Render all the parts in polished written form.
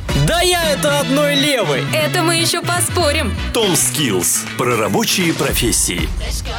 Да я это одной левой. Это мы еще поспорим. Томскиллз. Про рабочие профессии.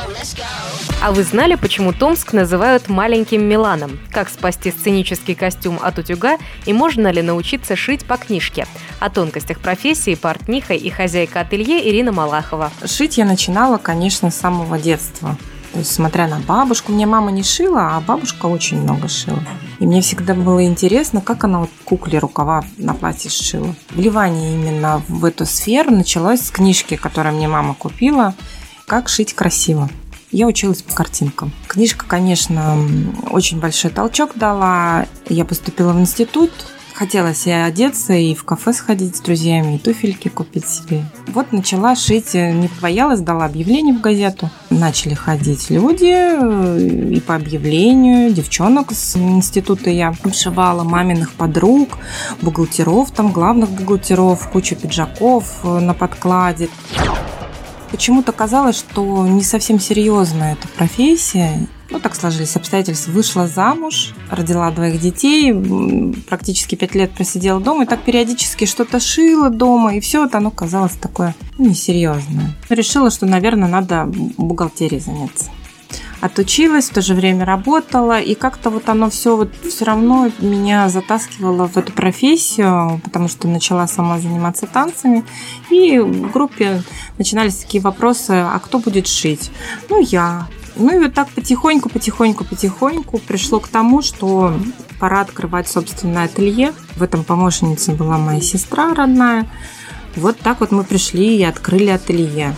А вы знали, почему Томск называют маленьким Миланом? Как спасти сценический костюм от утюга и можно ли научиться шить по книжке? О тонкостях профессии портниха и хозяйка ателье Ирина Малахова. Шить я начинала, конечно, с самого детства. То есть, смотря на бабушку, мне мама не шила, а бабушка очень много шила. И мне всегда было интересно, как она вот кукле рукава на платье сшила. Вливание именно в эту сферу началось с книжки, которую мне мама купила «Как шить красиво». Я училась по картинкам. Книжка, конечно, очень большой толчок дала. Я поступила в институт. Хотелось и одеться, и в кафе сходить с друзьями, и туфельки купить себе. Вот начала шить, не побоялась, дала объявление в газету. Начали ходить люди, и по объявлению девчонок с института я обшивала, маминых подруг, бухгалтеров, там главных бухгалтеров, кучу пиджаков на подкладе. Почему-то казалось, что не совсем серьезная эта профессия. Так сложились обстоятельства. Вышла замуж, родила 2 детей, практически 5 лет просидела дома, и так периодически что-то шила дома, и все это оно казалось такое несерьезное. Решила, что, наверное, надо бухгалтерией заняться. Отучилась, в то же время работала, и как-то вот оно все равно меня затаскивало в эту профессию, потому что начала сама заниматься танцами, и в группе начинались такие вопросы: а кто будет шить? Я. И вот так потихоньку пришло к тому, что пора открывать собственное ателье. В этом помощницей была моя сестра родная. Вот так вот мы пришли и открыли ателье.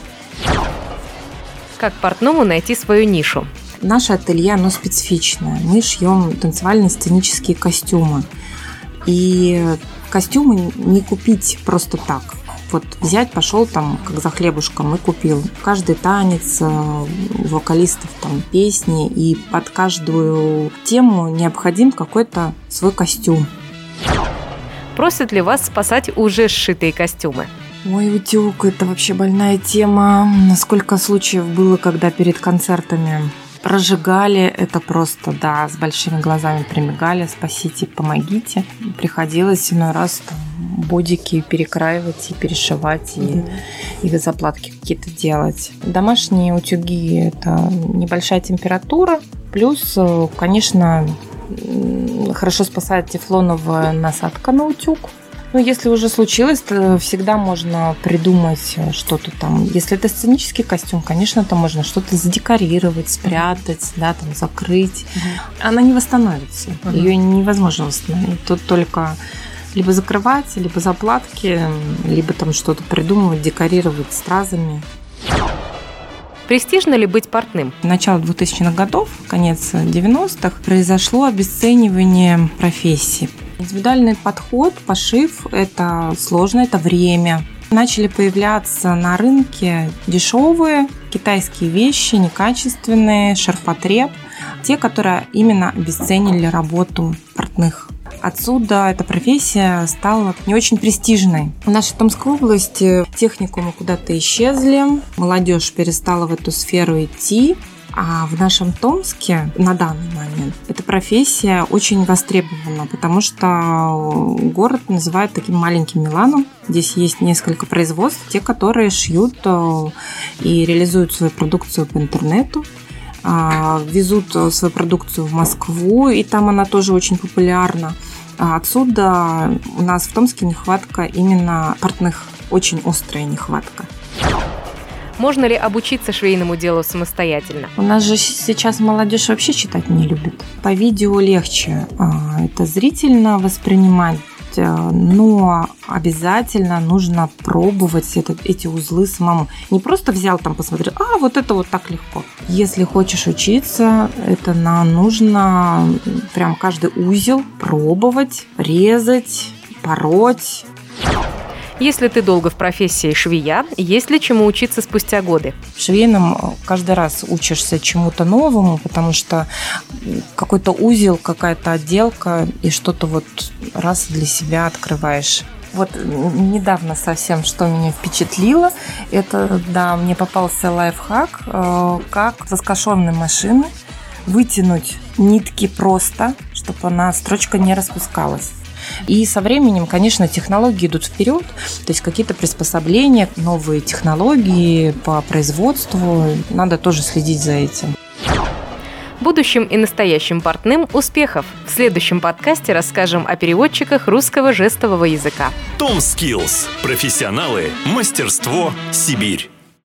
Как портному найти свою нишу? Наше ателье, оно специфичное. Мы шьем танцевальные сценические костюмы. И костюмы не купить просто так. Вот взять, пошел там, как за хлебушком, и купил. Каждый танец, вокалистов там песни, и под каждую тему необходим какой-то свой костюм. Просят ли вас спасать уже сшитые костюмы? Ой, утюг, это вообще больная тема. Сколько случаев было, когда перед концертами прожигали, это просто, да, с большими глазами примигали: спасите, помогите. Приходилось иной раз там бодики перекраивать и перешивать, и заплатки какие-то делать. Домашние утюги – это небольшая температура, плюс, конечно, хорошо спасает тефлоновая насадка на утюг. Если уже случилось, то всегда можно придумать что-то там. Если это сценический костюм, конечно, там можно что-то задекорировать, спрятать, да, там закрыть. Она не восстановится. Ее невозможно восстановить. Тут только либо закрывать, либо заплатки, либо там что-то придумывать, декорировать стразами. Престижно ли быть портным? Начало 2000-х годов, конец 90-х, произошло обесценивание профессии. Индивидуальный подход, пошив – это сложно, это время. Начали появляться на рынке дешевые китайские вещи, некачественные, ширпотреб, те, которые именно обесценили работу портных. Отсюда эта профессия стала не очень престижной. В нашей Томской области техникумы куда-то исчезли, молодежь перестала в эту сферу идти. А в нашем Томске на данный момент эта профессия очень востребована, потому что город называют таким маленьким Миланом. Здесь есть несколько производств, те, которые шьют и реализуют свою продукцию по интернету, везут свою продукцию в Москву, и там она тоже очень популярна. Отсюда у нас в Томске нехватка именно портных, очень острая нехватка. Можно ли обучиться швейному делу самостоятельно? У нас же сейчас молодежь вообще читать не любит. По видео легче это зрительно воспринимать, но обязательно нужно пробовать эти узлы самому. Не просто взял там, посмотрел, вот это вот так легко. Если хочешь учиться, это нужно прям каждый узел пробовать, резать, пороть. Если ты долго в профессии швея, есть ли чему учиться спустя годы? В швейном каждый раз учишься чему-то новому, потому что какой-то узел, какая-то отделка, и что-то вот раз для себя открываешь. Вот недавно совсем, что меня впечатлило, это, да, мне попался лайфхак, как с раскошенной машины вытянуть нитки просто, чтобы строчка не распускалась. И со временем, конечно, технологии идут вперед, то есть какие-то приспособления, новые технологии по производству, надо тоже следить за этим. Будущим и настоящим портным успехов! В следующем подкасте расскажем о переводчиках русского жестового языка. Том Skills. Профессионалы. Мастерство. Сибирь.